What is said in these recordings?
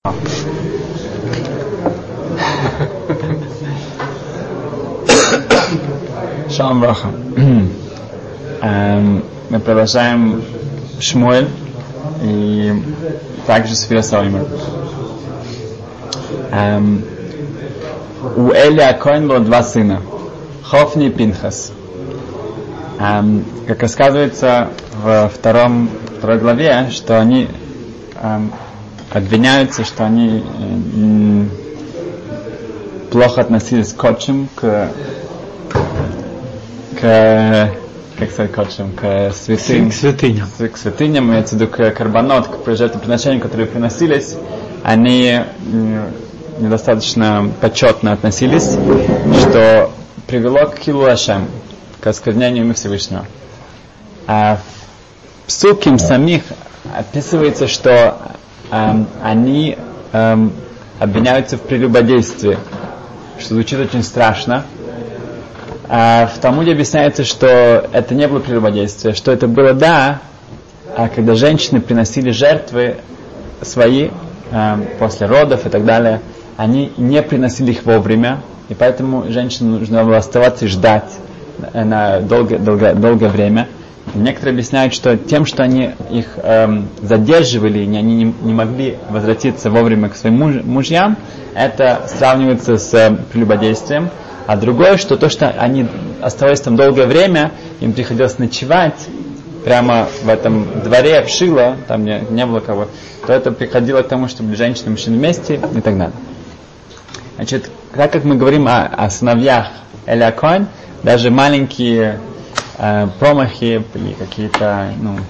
Шалом браха. Мы продолжаем Шмуэль и также Сфирас Оймер. У Эли Акоин было два сына, Хофни и Пинхас. Как рассказывается во второй главе, что они обвиняются, что они плохо относились к отчим, к святыням, имеется в виду к карбонот, к жертвоприношениям, которые приносились, они недостаточно почетно относились, что привело к Хилу Ашем, к осквернению имя Всевышнего. А в псуким самих описывается, что они обвиняются в прелюбодействии, что звучит очень страшно. А в Талмуде объясняется, что это не было прелюбодействие, что это было, когда женщины приносили жертвы свои после родов и так далее, они не приносили их вовремя, и поэтому женщинам нужно было оставаться и ждать на долгое время. И некоторые объясняют, что тем, что они их задерживали, они не могли возвратиться вовремя к своим мужьям, это сравнивается с прелюбодействием. А другое, что то, что они оставались там долгое время, им приходилось ночевать прямо в этом дворе, в Шило, там не было кого, то это приходило к тому, что были женщины и мужчины вместе и так далее. Значит, так как мы говорим о сыновьях Эли Акоин, даже маленькие промахи или какие-то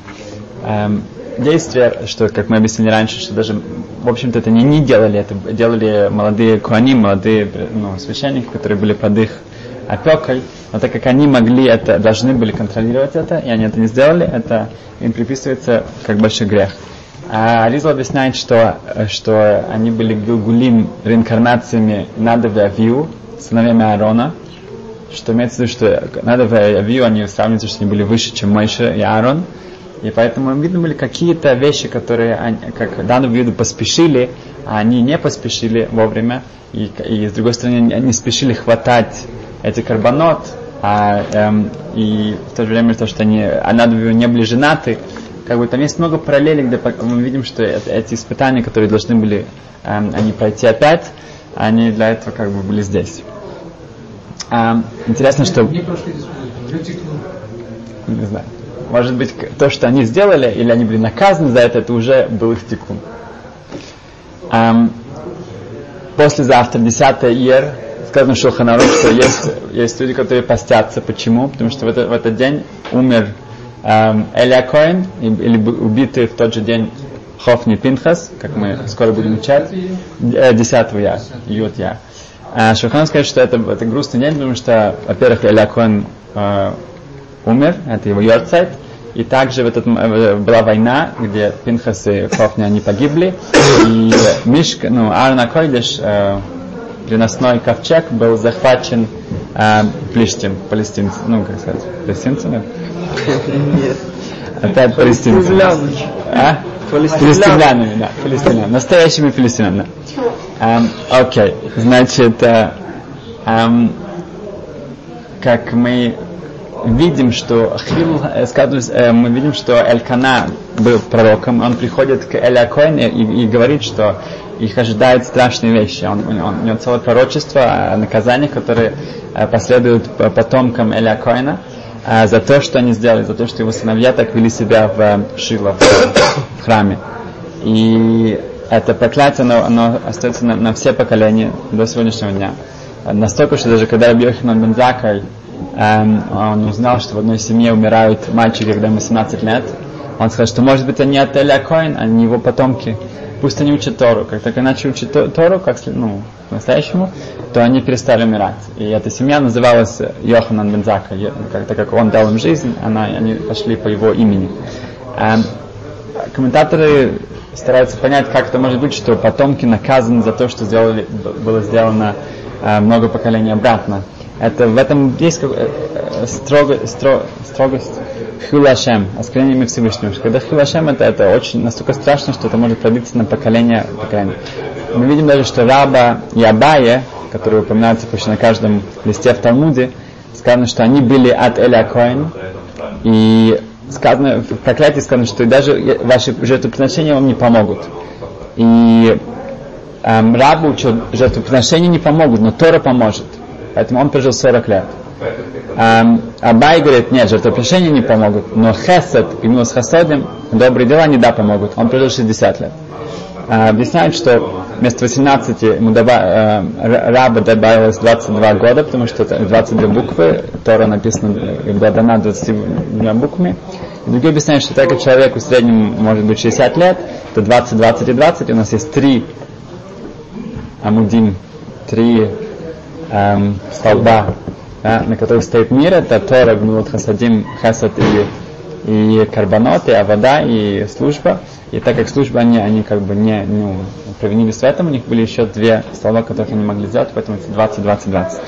действия, что, как мы объяснили раньше, что даже, в общем-то, это не делали, это делали молодые коаним, молодые священники, которые были под их опекой, но так как они могли это, должны были контролировать это, и они это не сделали, это им приписывается как большой грех. А Аризал объясняет, что они были гилгулим, реинкарнациями Надава и Авию, сыновьями Аарона, что имеется в виду, что Надава и Авию, они сравниваются, что они были выше, чем Моше и Аарон. И поэтому видно были какие-то вещи, которые, как данную виду, поспешили, а они не поспешили вовремя, и с другой стороны, они спешили хватать эти карбонот, и в то же время то, что они не были женаты, как бы там есть много параллелей, где мы видим, что эти испытания, которые должны были они пройти опять, они для этого как бы были здесь. Интересно, что... Не знаю. Может быть, то, что они сделали, или они были наказаны за это уже был их тикун. Послезавтра, 10 Ияр, сказано в Шулхан Арух, что есть люди, которые постятся. Почему? Потому что в этот день умер Эли Акоин, или убитый в тот же день Хофни и Пинхас, как мы скоро будем учать, 10 Ияр, Юд Яр. Шулхан Арух скажет, что это грустный день, потому что, во-первых, Эли Акоин умер, это его йорцайт, и также была война, где Пинхас и Хофни, они погибли, и Аарон ха-Койдеш, переносной ковчег, был захвачен палестинцами, как сказать, палестинцами? Нет. Опять палестинцами. Палестинянами, да, палестинянами, настоящими палестинянами. Окей, значит, как мы видим, что мы видим, что Элькана был пророком, он приходит к Эли Акоин и говорит, что их ожидают страшные вещи. У него целое пророчество о наказаниях, которые последуют потомкам Эли Акоина за то, что они сделали, за то, что его сыновья так вели себя в Шило, в храме. И это проклятие, оно остается на все поколения до сегодняшнего дня. Настолько, что даже когда Раби Йоханан бен Заккай он узнал, что в одной семье умирают мальчики, когда ему 17 лет. Он сказал, что может быть они от Эли Акоин, они его потомки. Пусть они учат Тору. Как только начали учить Тору, по-настоящему, то они перестали умирать. И эта семья называлась Йоханан бен Заккай. Так как он дал им жизнь, они пошли по его имени. Комментаторы стараются понять, как это может быть, что потомки наказаны за то, что было сделано много поколений обратно. В этом есть строгость Хилу Ашем, осквернение Всевышнего. Когда Хилу Ашем, это очень настолько страшно, что это может продлиться на поколение. мы видим даже, что Раба и Абая, которые упоминаются почти на каждом листе в Талмуде, сказано, что они были от Эля Коэн, и сказано, в проклятии сказано, что даже ваши жертвоприношения вам не помогут. И Рабу учил, жертвоприношения не помогут, но Тора поможет. Поэтому он прожил 40 лет. Абай говорит, нет, жертвоприношения не помогут, но хесед и милость хасадим, добрые дела не помогут. Он прожил 60 лет. Объясняют, что вместо 18 ему Раба добавилось 22 года, потому что это 22 буквы, Тора написана, была дана 22 буквами. И другие объясняют, что так как человеку в среднем может быть 60 лет, то 20, 20 и 20, у нас есть 3 амудим, 3 столба, да, на которых стоит мир, это Тора, Гмилут, Хасадим, Хасад и карбонот, и вода, и служба. И так как служба они как бы не провинились в этом, у них были еще 2 столба, которых они могли сделать, поэтому это 20, 20, 20.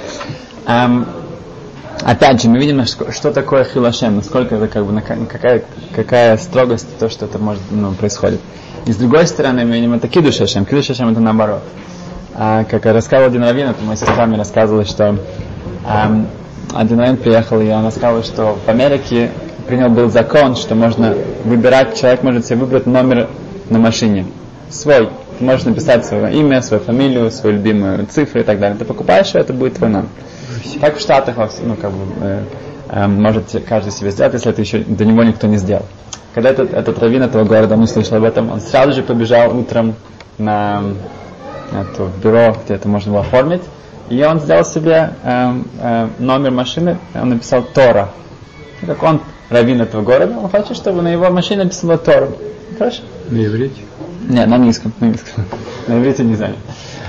Опять же, мы видим, что такое хилашем, насколько это как бы, какая строгость, то, что это может, происходит. И с другой стороны, мы видим, это кидуш Ашем. Кидуш Ашем это наоборот. Как рассказывал один раввин, это моя сестра мне рассказывала, что один раввин приехал, и он рассказывал, что в Америке был закон, что можно выбирать, человек может себе выбрать номер на машине. Свой. Ты можешь написать свое имя, свою фамилию, свою любимую цифру и так далее. Ты покупаешь, и это будет твой номер. Так в Штатах, может каждый себе сделать, если это еще до него никто не сделал. Когда этот раввин этого города, он услышал об этом, он сразу же побежал утром на это бюро, где это можно было оформить, и он сделал себе номер машины, он написал Тора. Как он раввин этого города, он хочет, чтобы на его машине написано Тора. Хорошо? На иврите? Нет, на английском. На иврите не знаю.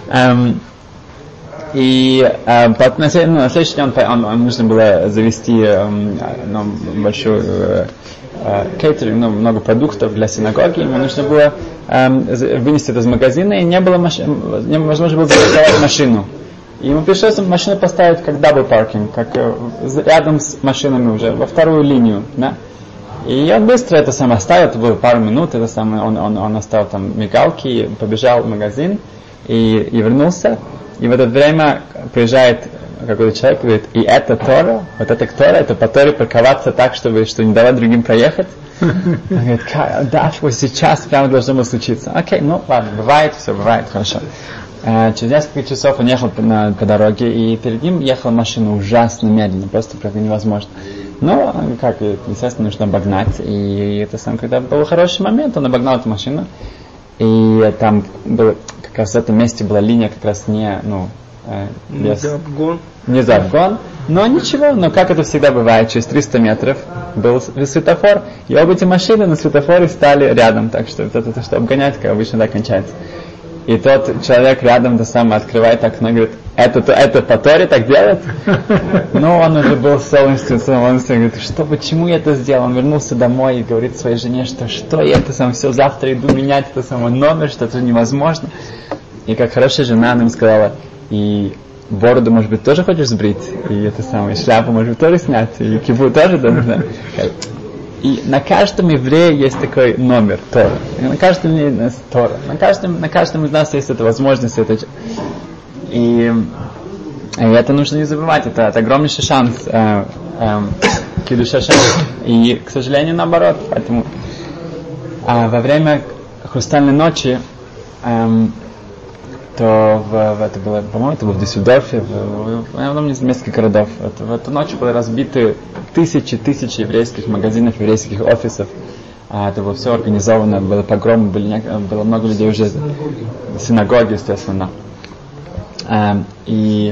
И на следующий день он нужно было завести большую кейтеринг, много продуктов для синагоги. Ему нужно было вынести это из магазина, и невозможно было запарковать машину. И ему пришлось машину поставить как дабл паркинг, как рядом с машинами уже, во вторую линию. Да? И он быстро это сам оставил, это было пару минут, это самое, он оставил там мигалки, побежал в магазин и вернулся. И в это время приезжает какой-то человек и говорит, и это Тора, вот это Тора, это по Торе парковаться так, чтобы не давать другим проехать. Он говорит, да, сейчас прямо должно было случиться. Окей, ладно, бывает, все бывает, хорошо. Через несколько часов он ехал по дороге, и перед ним ехала машина ужасно медленно, просто правда невозможно. Но, естественно, нужно обогнать, и это когда был хороший момент, он обогнал эту машину, и там было, как раз в этом месте была линия как раз не за обгон, но ничего, но как это всегда бывает, через 300 метров был светофор, и обе эти машины на светофоре стали рядом, так что это что обгонять, как обычно так кончается. И тот человек рядом открывает окно и говорит, это по Торе так делает? Но он уже был полностью, говорит, почему я это сделал? Он вернулся домой и говорит своей жене, что я все завтра иду менять номер, что это невозможно. И как хорошая жена, она ему сказала, и бороду, может быть, тоже хочешь сбрить? И шляпу, может быть, тоже снять? И кипу тоже, да? И на каждом еврее есть такой номер Тора. На каждом есть Тора. На каждом из нас есть эта возможность. И это нужно не забывать. Это огромнейший шанс кидуш Ашем. И, к сожалению, наоборот. Поэтому во время хрустальной ночи то это было, по-моему, это было в Дюссельдорфе, в нескольких городов. В эту ночь были разбиты тысячи еврейских магазинов, еврейских офисов. Это было все организовано, было погром, было много людей уже, синагоги, естественно. И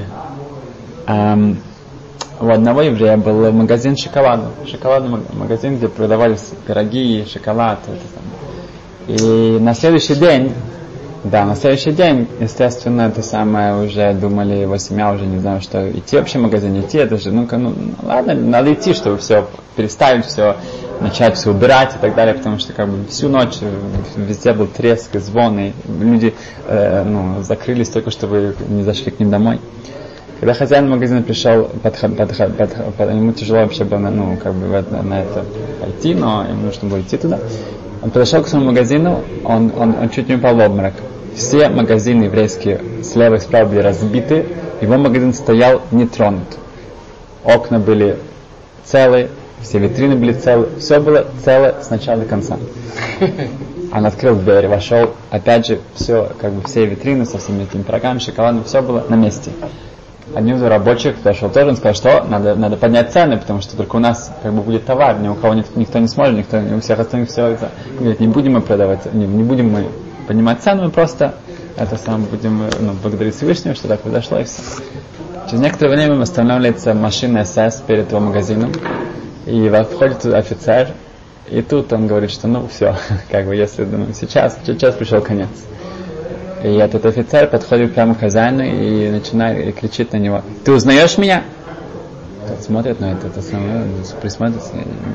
у одного еврея был магазин шоколада, шоколадный магазин, где продавались пироги, шоколад. И на следующий день, естественно, это самое, уже думали, его семья уже не знала, что идти вообще в магазин, идти, это же, ладно, надо идти, чтобы все переставить, все, начать все убирать и так далее, потому что всю ночь везде был треск и звон, и люди закрылись только, чтобы не зашли к ним домой. Когда хозяин магазина пришел, ему тяжело вообще было на это пойти, но ему нужно было идти туда. Он подошел к своему магазину, он чуть не упал в обморок. все магазины еврейские слева и справа были разбиты, его магазин стоял нетронут. Окна были целые, все витрины были целые, все было целое с начала до конца. Он открыл дверь, вошел, опять же, все, как бы все витрины со всеми этими пирогами, шоколадом, все было на месте. Один из рабочих подошел тоже, он сказал, что надо поднять цены, потому что только у нас как бы будет товар, ни у кого никто не сможет, у всех остальных все это. Говорит, не будем мы продавать, не будем мы поднимать цены, мы просто будем благодарить Всевышнего, что так произошло, и все. Через некоторое время останавливается машина СС перед его магазином, и входит офицер, и тут он говорит, что все, как бы если сейчас пришел конец. И этот офицер подходит прямо к хозяину и начинает кричит на него: «Ты узнаешь меня?» Тот смотрит на это самое, присматривается,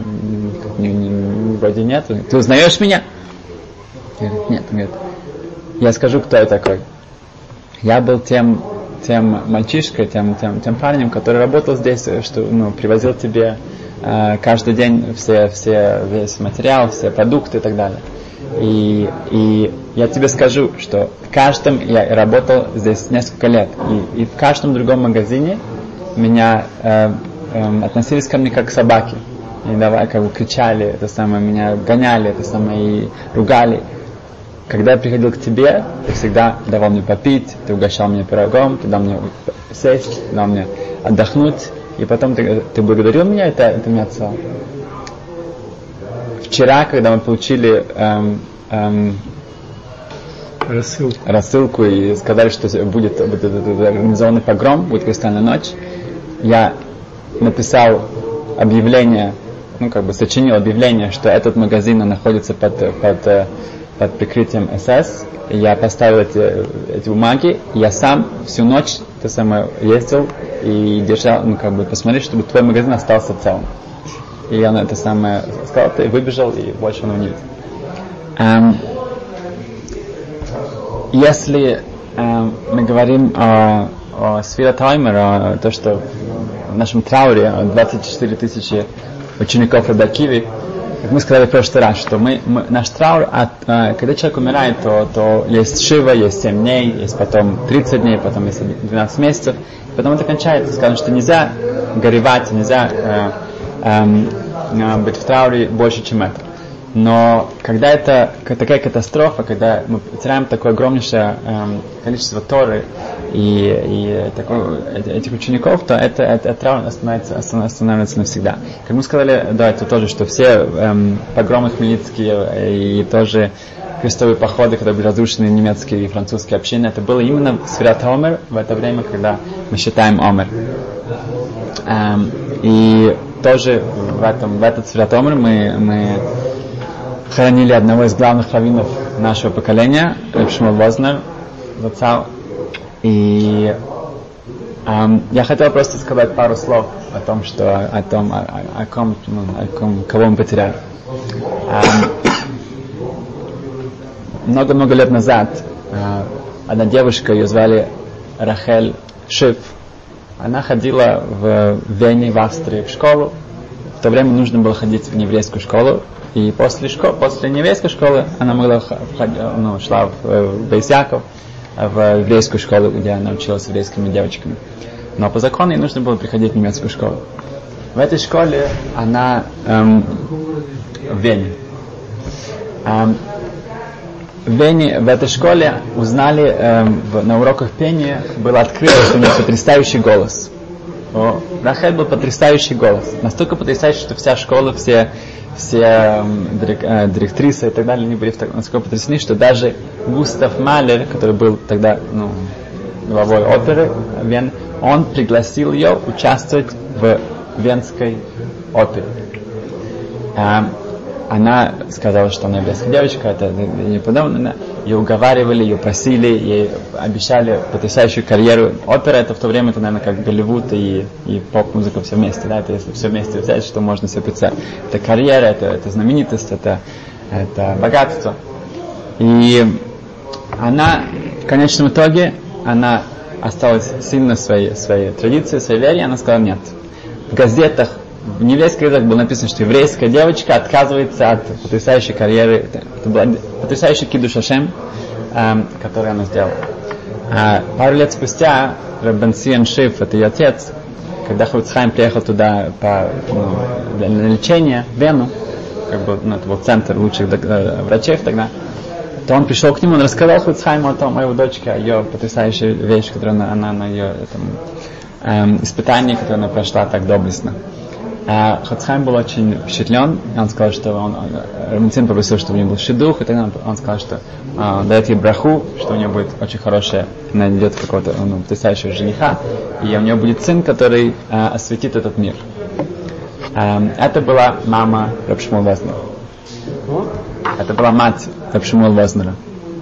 вроде нет. «Ты узнаешь меня?» Говорит, нет. Он говорит, я скажу, кто я такой. Я был тем мальчишкой, тем парнем, который работал здесь, что привозил тебе каждый день весь материал, все продукты и так далее. И я тебе скажу, что в каждом, я работал здесь несколько лет, и в каждом другом магазине меня относились ко мне как к собаке. И давай, как бы кричали, это самое, меня гоняли, это самое, и ругали. Когда я приходил к тебе, ты всегда давал мне попить, ты угощал меня пирогом, ты дал мне сесть, ты дал мне отдохнуть, и потом ты благодарил меня, это меня цело. Вчера, когда мы получили рассылку и сказали, что будет организованный погром, будет крестальная ночь, я написал объявление, сочинил объявление, что этот магазин находится под прикрытием СС. Я поставил эти бумаги, и я сам всю ночь ездил и держал, посмотреть, чтобы твой магазин остался целым. И он это самое сказал, и выбежал, и больше он не видит. Если мы говорим о Сфират Хаймер, то, что в нашем трауре 24 тысячи учеников Рабби Акивы, как мы сказали в прошлый раз, что наш траур, когда человек умирает, то есть Шива, есть 7 дней, есть потом 30 дней, потом есть 12 месяцев, и потом это кончается. Сказано, что нельзя горевать, нельзя быть в трауре больше, чем это. Но когда это такая катастрофа, когда мы теряем такое огромнейшее количество Торы и этих учеников, то это траур останавливается навсегда. Как мы сказали до этого тоже, что все погромы хмельницкие и тоже крестовые походы, когда были разрушены немецкие и французские общины, это было именно в Сфират Омер, в это время, когда мы считаем Омер. И тоже в этот Сфират Омер мы хоронили одного из главных раввинов нашего поколения, Рав Шмуэль Вознер, Зацал. И я хотел просто сказать пару слов о том, кого мы потеряли. Много-много лет назад одна девушка, ее звали Рахель Шиф, она ходила в Вене, в Австрии, в школу. В то время нужно было ходить в еврейскую школу. И после еврейской школы она шла в Бейс Яков, в еврейскую школу, где она училась с еврейскими девочками. Но по закону ей нужно было приходить в немецкую школу. В этой школе она в Вене. В этой школе узнали, на уроках пения было открыто, что у нее потрясающий голос. У Рахель был потрясающий голос. Настолько потрясающий, что вся школа, все директрисы и так далее, они были настолько потрясены, что даже Густав Малер, который был тогда главой оперы Вен, он пригласил ее участвовать в Венской опере. Она сказала, что она еврейская девочка, это не подобно. Ее уговаривали, ее просили, ей обещали потрясающую карьеру. Опера это в то время, это, наверное, как Голливуд и поп-музыка все вместе, да, это если все вместе взять, что можно себе представить. Это карьера, это знаменитость, это богатство. И она, в конечном итоге, она осталась сильно своей традиции, своей вере, и она сказала нет. В газетах, в нееврейских газетах было написано, что еврейская девочка отказывается от потрясающей карьеры. Это был потрясающий кидуш Ашем. который она сделала. Пару лет спустя Раббан Цион Шиф, это ее отец, когда Хафец Хаим приехал туда на лечение в Вену, это был центр лучших врачей тогда, то он пришел к нему, он рассказал Хафец Хаиму о том, о его дочке, о ее потрясающей вещи, которую она на ее испытании, которое она прошла так доблестно. Хафец Хаим был очень впечатлен, он сказал, что Раббан Цион попросил, чтобы у него был шидух, и тогда он сказал, что дает ей браху, что у нее будет очень хорошая, она найдет какого-то потрясающего жениха, и у нее будет сын, который осветит этот мир. Это была мама Рабби Шмуэля Вознера. Это была мать Рабби Шмуэля Вознера.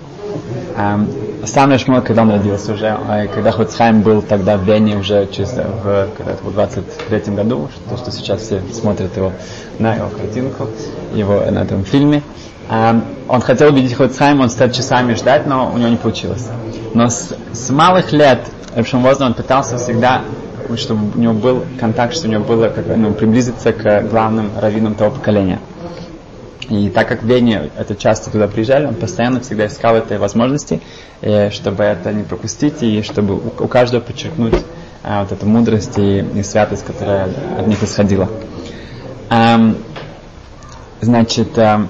Сам Рабби Шмуэль, когда он родился уже, когда Хафец Хаим был тогда в Вене уже когда это был в 23-м году, что сейчас все смотрят его на его картинку, его на этом фильме. Он хотел увидеть Хафец Хаима, он стал часами ждать, но у него не получилось. Но с малых лет Рабби Шмуэль Вознер, он пытался всегда, чтобы у него был контакт, чтобы у него было приблизиться к главным раввинам того поколения. И так как в Вене это часто туда приезжали, он постоянно всегда искал этой возможности, чтобы это не пропустить, и чтобы у каждого подчеркнуть вот эту мудрость и святость, которая от них исходила. Значит,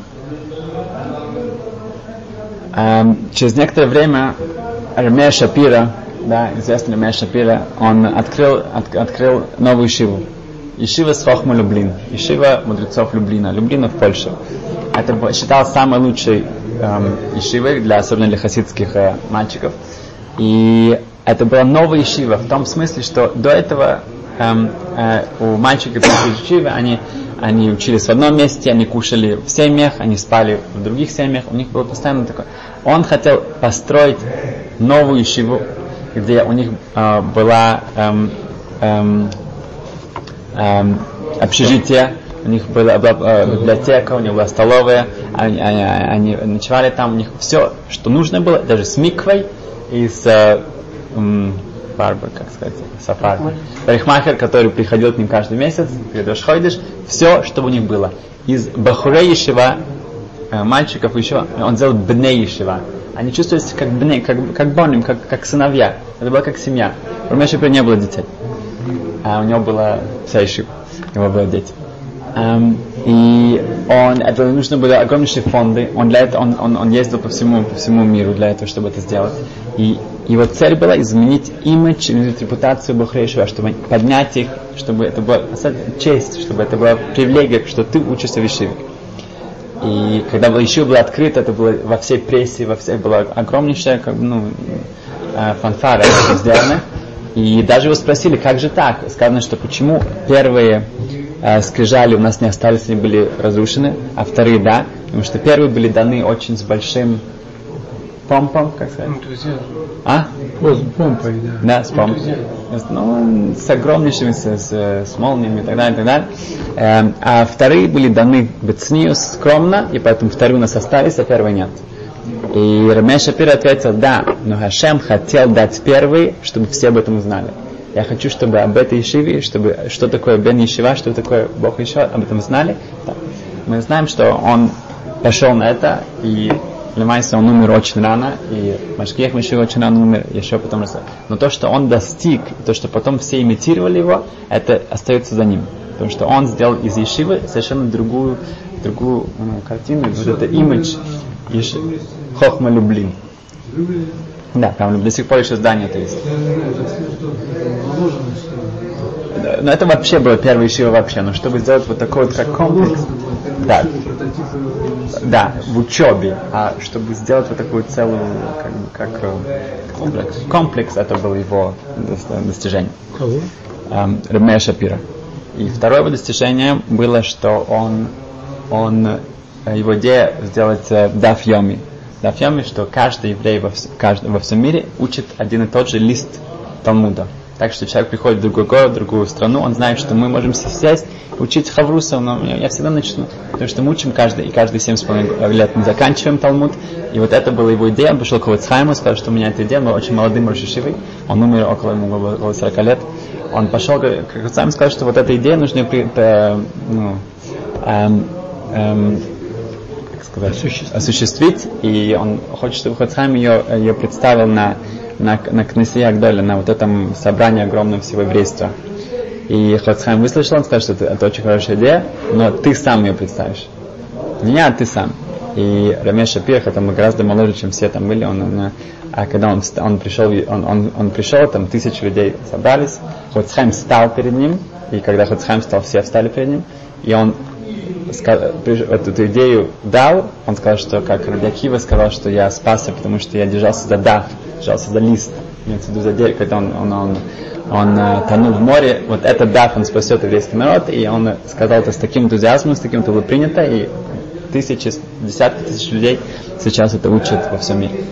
через некоторое время Ремея Шапира, известный Ремея Шапира, он открыл новую ешиву. Ешива с Хохма Люблин. Ешива мудрецов Люблина. Люблина в Польше. Это считалось самой лучшей ешивой, особенно для хасидских мальчиков. И это была новая ешива в том смысле, что до этого у мальчиков в ешиве они учились в одном месте, они кушали в семьях, они спали в других семьях. У них было постоянно такое. Он хотел построить новую ешиву, где у них была общежитие, у них была библиотека, у них была столовая, они ночевали там, у них все, что нужно было, даже с миквой и с барбер, как сказать, сафар. Парикмахер, который приходил к ним каждый месяц, когда ходишь, все, что у них было. Из бахурей ешива, мальчиков ешива, он сделал бней ешива. Они чувствовали себя как бней, как боним, как сыновья. Это было как семья. У меня еще не было детей. У него была вся ешива, у него были дети. И это нужно были огромнейшие фонды. Он для этого он ездил по всему миру для этого, чтобы это сделать. И его цель была изменить имидж, изменить репутацию Бахурей ешива, чтобы поднять их, чтобы это была честь, чтобы это была привилегия, что ты учишься в ешиве. И когда ешива была открыта, это было во всей прессе, была огромнейшая фанфара сделана. И даже его спросили, как же так? Сказано, что почему первые скрижали у нас не остались, они были разрушены, а вторые да, потому что первые были даны очень с большим помпом, как сказать? С помпой, да. Да, с помпой. С огромнейшими, с молниями и так далее, и так далее. А вторые были даны бецнию, скромно, и поэтому вторые у нас остались, а первые нет. И Ремея Шапира ответил, да, но Хашем хотел дать первые, чтобы все об этом узнали. Я хочу, чтобы об этой ешиве, что такое Бен Ешива, что такое Бог Ешива, об этом знали. Да. Мы знаем, что он пошел на это, и Лемайса он умер очень рано, и Машгиах Мишива очень рано умер, еще потом рассказал. Но то, что он достиг, и то, что потом все имитировали его, это остается за ним. Потому что он сделал из ешивы совершенно другую картину, вот это имидж Хохма Люблин. Да, прям до сих пор еще здание это есть. Но это вообще было первая ешива вообще, но чтобы сделать вот такой вот как комплекс, да, в учебе, а чтобы сделать вот такую целую как комплекс, это было его достижение. Ремея Шапира. И второе его достижение было, что его идея сделать даф йоми. Даф йоми, что каждый еврей во всем мире учит один и тот же лист Талмуда. Так что человек приходит в другой город, в другую страну, он знает, что мы можем сесть и учить Хавруса, но я всегда начну. Потому что мы учим каждый 7,5 лет мы заканчиваем Талмуд. И вот это была его идея. Он пришел к Хафец Хаиму, сказал, что у меня эта идея, мы очень молодым Рош Ешивой. Он умер около 40 лет. Он пошел к Хафец Хаиму и сказал, что вот эта идея нужно как сказать, осуществить, и он хочет, чтобы Хофец-Хаим ее представил на Кнесия Агдоля, на вот этом собрании огромном всего еврейства. И Хофец-Хаим выслушал, он сказал, что это очень хорошая идея, но ты сам ее представишь. Не я, а ты сам. И Рамеш Шапир, хотя мы гораздо моложе, чем все там были, а когда он пришел, там 1000 людей собрались, Хофец-Хаим встал перед ним, и когда Хофец-Хаим встал, все встали перед ним, и он эту идею дал, он сказал, что как Раби Акива сказал, что я спасся, потому что я держался за даф, держался за лист, имеется в виду за дерево, когда он тонул в море, вот этот даф, он спасет еврейский народ, и он сказал это с таким энтузиазмом, с таким это было принято, и десятки тысяч людей сейчас это учат во всем мире.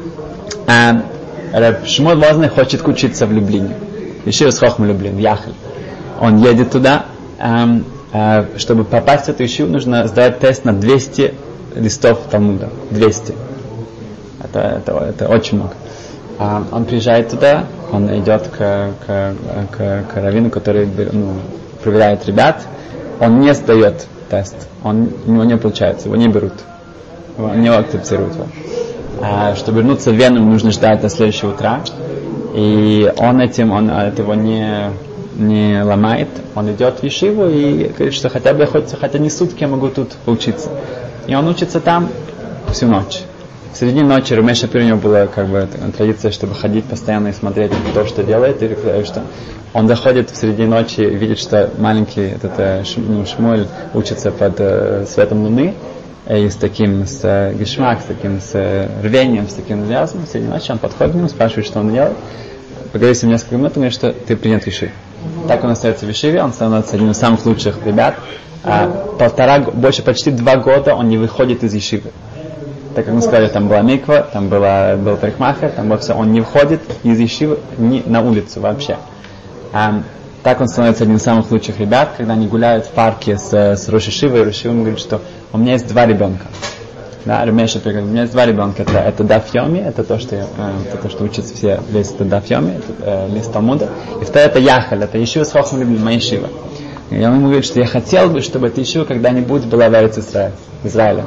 Раб Шмуэль Вознер хочет учиться в Люблине. Ешива Хохма Люблин, в Яхель. Он едет туда, чтобы попасть в эту ешиву, нужно сдать тест на 200 листов Талмуда. 200. Это очень много. Он приезжает туда, он идет к раввину, который проверяет ребят. Он не сдает тест. У него не получается, его не берут. Его не акцептируют. Чтобы вернуться в Вену, нужно ждать до следующего утра. И он этого не ломает. Он идет в ешиву и говорит, что хотя не сутки я могу тут поучиться. И он учится там всю ночь. В середине ночи Рамеш Шапир, у него была традиция, чтобы ходить постоянно и смотреть то, что делает. И что он заходит в середине ночи и видит, что маленький Шмуэль учится под светом луны. И с гешмак, с рвением, с таким энтузиазмом. В середине ночи он подходит к нему, спрашивает, что он делает. Поговорив с ним несколько минут, он говорит, что ты принят в ешиве. Так он остается в ешиве, он становится одним из самых лучших ребят. Больше почти 2 года он не выходит из ешивы. Так как мы сказали, там была миква, там был парикмахер, там было все. Он не выходит из ешивы на улицу вообще. Так он становится одним из самых лучших ребят, когда они гуляют в парке с Рош Ешивой, и Рош Ешива говорит, что у меня есть 2 ребенка. Да, Рамеш Шапир говорит, у меня есть 2 ребенка. Это даф йоми, это то, что учатся все, весь это даф йоми, это лист Талмуда. И второе это Яхаль, это ешива с Хохма Люблин, моя ешива. И он ему говорит, что я хотел бы, чтобы эта ешива когда-нибудь была в Израиле.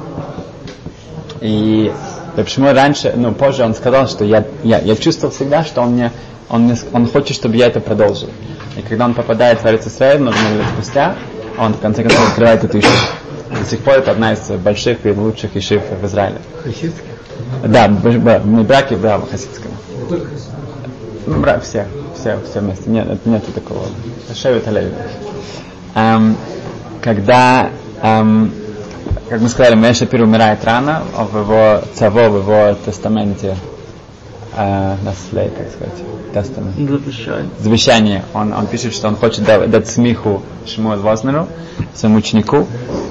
И почему позже он сказал, что я чувствовал всегда, что он хочет, чтобы я это продолжил. И когда он попадает в Израиль, много лет спустя, он в конце концов открывает эту ешиву. До сих пор это одна из больших и лучших ешив в Израиле. Хасидских? Да, мы браки, хасидского. Все вместе. Нет такого. Шевет Алеви. Когда, как мы сказали, Рамеш Шапир умирает рано, в его тестаменте, наследие, как сказать, тестамент. Завещание. Он пишет, что он хочет дать смеху Шмуэлю Вознеру, своему ученику.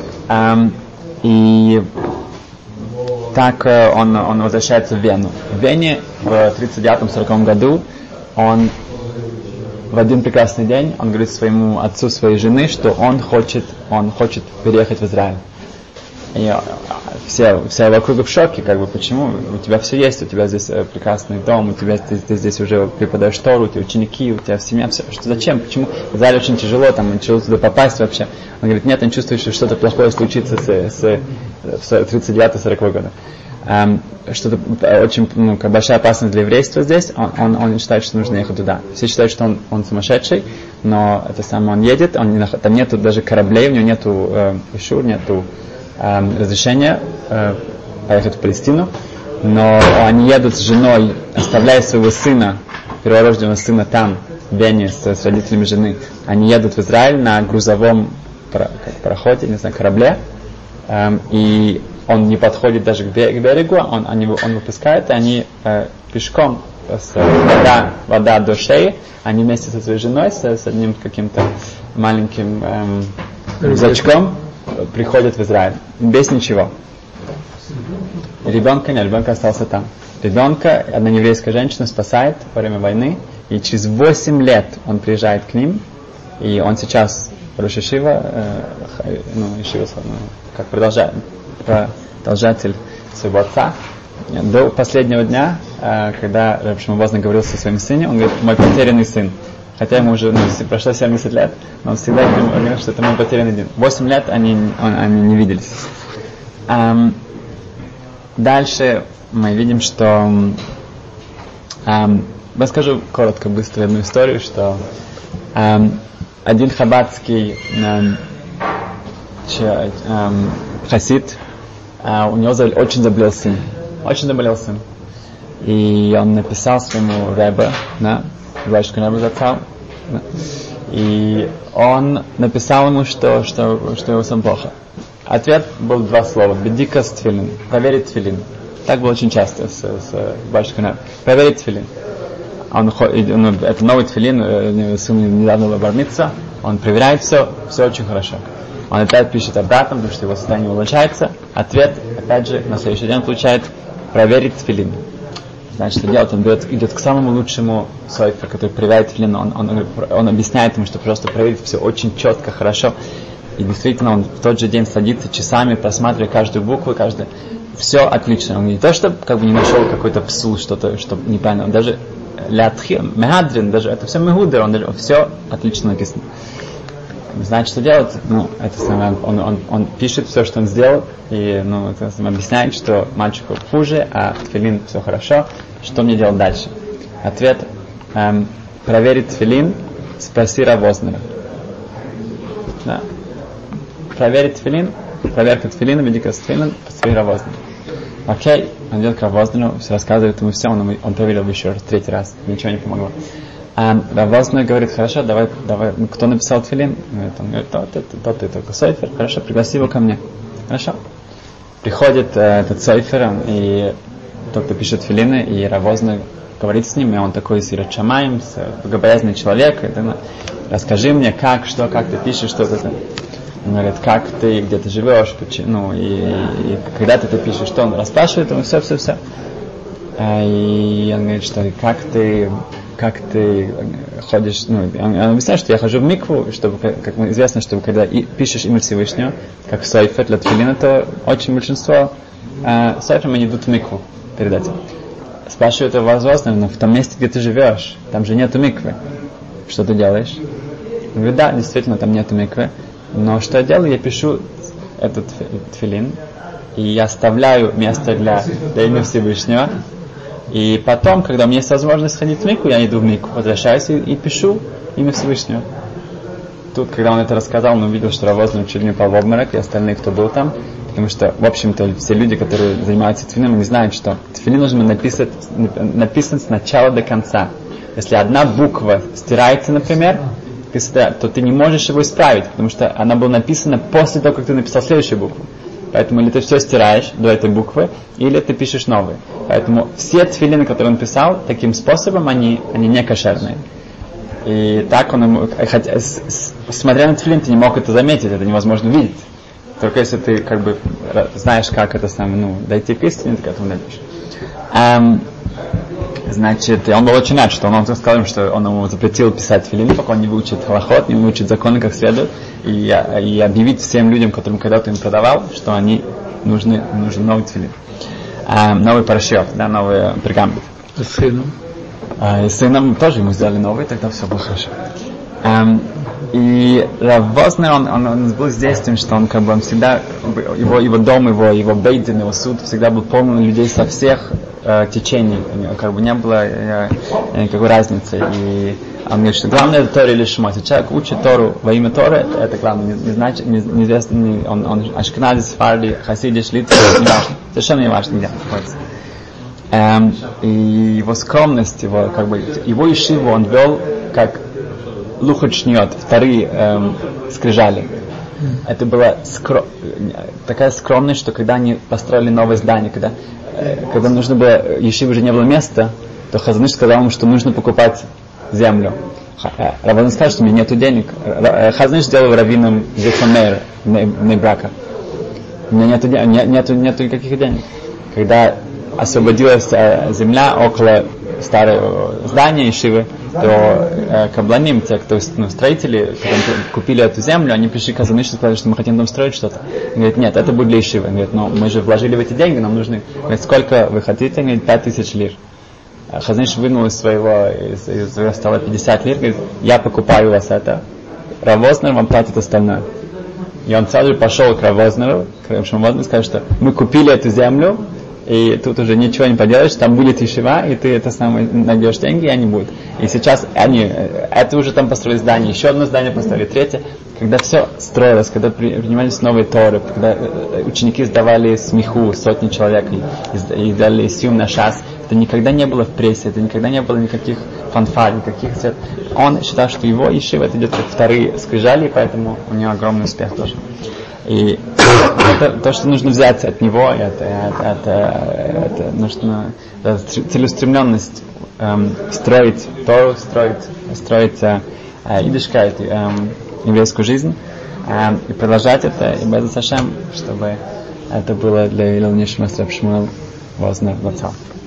И так он возвращается в Вену. В Вене в 1939-1940 году он в один прекрасный день он говорит своему отцу своей жены, что он хочет переехать в Израиль. И все вокруг в шоке, почему? У тебя все есть, у тебя здесь прекрасный дом, ты здесь уже преподаешь Тору, у тебя ученики, у тебя семья, все. Зачем? Почему? В Израиле очень тяжело, тяжело туда попасть вообще. Он говорит, нет, он чувствует, что что-то плохое случится с 39-40 года. Что-то очень большая опасность для еврейства здесь, он считает, что нужно ехать туда. Все считают, что он сумасшедший, но он едет, там нету даже кораблей, у него нету ишур, нету разрешения поехать в Палестину, но они едут с женой, оставляя своего сына, перворожденного сына там, в Вене, с родителями жены. Они едут в Израиль на грузовом пароходе, корабле, и он не подходит даже к берегу, он выпускает, и они пешком, вода до шеи, они вместе со своей женой, с одним каким-то маленьким рюкзачком приходят в Израиль, без ничего. Ребенка остался там. Ребенка одна еврейская женщина спасает во время войны, и через 8 лет он приезжает к ним, и он сейчас Рош Ешива, как продолжатель своего отца. До последнего дня, когда Раб Шимон Вознер говорил со своим сыном, он говорит, мой потерянный сын. Хотя ему уже прошло 70 лет, но он всегда говорил, что это мой потерянный сын. 8 лет они не виделись. дальше мы видим, что расскажу коротко, быстро одну историю, что один хаббатский хасид, у него очень заболел сын. И он написал своему ребе, Рашку Ребе зацал, и он написал ему, что его сын плохо. Ответ был 2 слова: бедика с тфилин, проверить тфилин. Так было очень часто с Рашку Ребе. Проверить тфилин. Это новый тфилин, сын недавно был бар-мицва, он проверяет все очень хорошо. Он опять пишет обратно, потому что его состояние улучшается. Ответ, опять же, на следующий день получает: проверить тфилин. Значит, что делать? Он идет к самому лучшему сойферу, который проверяет тфилин. Он объясняет ему, что просто проверить все очень четко, хорошо. И действительно, он в тот же день садится часами, просматривая каждую букву, все отлично. Он не то, что не нашел какой-то псул, что-то неправильно. Он даже мегадрин, даже это все мегудер, он все отлично написано. Знает, что делать, это самое, он пишет все, что он сделал, и это объясняет, что мальчику хуже, а тфилин все хорошо. Что мне делать дальше? Ответ: проверить тфилин, спроси Рав Вознера. Да. Проверить тфилин, проверка тфилина, бедика с тфилин, спроси Рав Вознера. Окей, он идет к Рав Вознеру, все рассказывает ему все, он проверил еще раз, 3 раз, ничего не помогло. Рав Вознер говорит: хорошо, давай, кто написал тфилин? Он говорит: тот сойфер, хорошо, пригласи его ко мне. Хорошо. Приходит этот сойфер, и тот, кто пишет тфилины, и Рав Вознер говорит с ним, и он такой сират шамаим, богобоязненный человек, и расскажи мне, как ты пишешь, что это. Он говорит: как ты, где ты живешь, и когда ты это пишешь, что он расспрашивает ему все. И он говорит, что как ты ходишь, он объясняет, что я хожу в микву, чтобы, как известно, чтобы когда пишешь имя Всевышнего, как сойфер для тфилина, то очень большинство сойферов они идут в микву перед этим. Спрашивают его возможно, но в том месте, где ты живешь, там же нету миквы. Что ты делаешь? Он говорит: да, действительно, там нету миквы. Но что я делаю? Я пишу этот тфилин, и я оставляю место для имя Всевышнего. И потом, когда у меня есть возможность ходить в микву, я иду в микву, возвращаюсь и пишу имя Всевышнего. Тут, когда он это рассказал, он увидел, что Рав Вознер чуть не упал в обморок, и остальные, кто был там. Потому что, в общем-то, все люди, которые занимаются тфилином, не знают, что тфилин нужно написан с начала до конца. Если одна буква стирается, например, то ты не можешь его исправить, потому что она была написана после того, как ты написал следующую букву. Поэтому или ты все стираешь до этой буквы, или ты пишешь новые. Поэтому все тфилины, которые он писал, таким способом они не кошерные. И так он, смотря на тфилин, ты не мог это заметить, это невозможно видеть. Только если ты знаешь, как это дойти к истине, ты к этому напишешь. Значит, он был очень рад, что он сказал им, что он ему запретил писать тфилин, пока он не выучит халахот, не выучит законы как следует, и объявить всем людям, которым когда-то им продавал, что нужен новый тфилин. Новый парашют, новый пергамент. С сыном? И с сыном тоже ему сделали новый, тогда все было хорошо. И Рав Вознер, он был здесь тем, что он всегда, его дом, его бейдин, его суд всегда был полон людей со всех течений, не было никакой разницы. И он говорит, что главное это Тора или Шма. Если человек учит Тору во имя Торы, это главное. Неизвестно, он ашкеназис, сфарди, хасиди, шлица, не важно. Совершенно не важно, где он находится. И его скромность, его ешиву он вел как лухот шниот, вторые скрижали. Это была такая скромность, что когда они построили новое здание, когда нужно было, ешиве уже не было места, то Хазаныш сказал ему, что нужно покупать землю. Рав Вознер сказал, что у меня нету денег. Хазаныш сделал раввином Зефонер, Нейбрака. У меня нету никаких денег. Когда освободилась земля около старого здания ешивы, то кабланим, те, кто строители, когда купили эту землю, они пришли к Хазанышу и сказали, что мы хотим там строить что-то. Он говорит: нет, это будет для ешивы. Он говорит: но мы же вложили в эти деньги, нам нужны. Говорит: сколько вы хотите? Он говорит: 5000 лир. Хазаныш вынул из своего стола 50 лир, говорит: я покупаю у вас это, Рав Вознер вам платит остальное. И он сразу же пошел к Рав Вознеру, к Рав Вознеру, сказал, что мы купили эту землю, и тут уже ничего не поделаешь, там будет ешива, и ты это самое найдешь деньги, и они будут. И сейчас это уже там построили здание, еще одно здание построили, третье. Когда все строилось, когда принимались новые торы, когда ученики сдавали смеху, сотни человек и дали сиум на шас, это никогда не было в прессе, это никогда не было никаких фанфар, никаких... Он считал, что его ешива это идет как вторые скрижали, и поэтому у него огромный успех тоже. И это то, что нужно взять от него, это нужно целеустремленность строить Тору, строить идишкайт, еврейскую жизнь, и продолжать это, и Бе'эзрат Ашем, чтобы это было для Илон Нишмас Рав Шмуэл Вознер Лацал.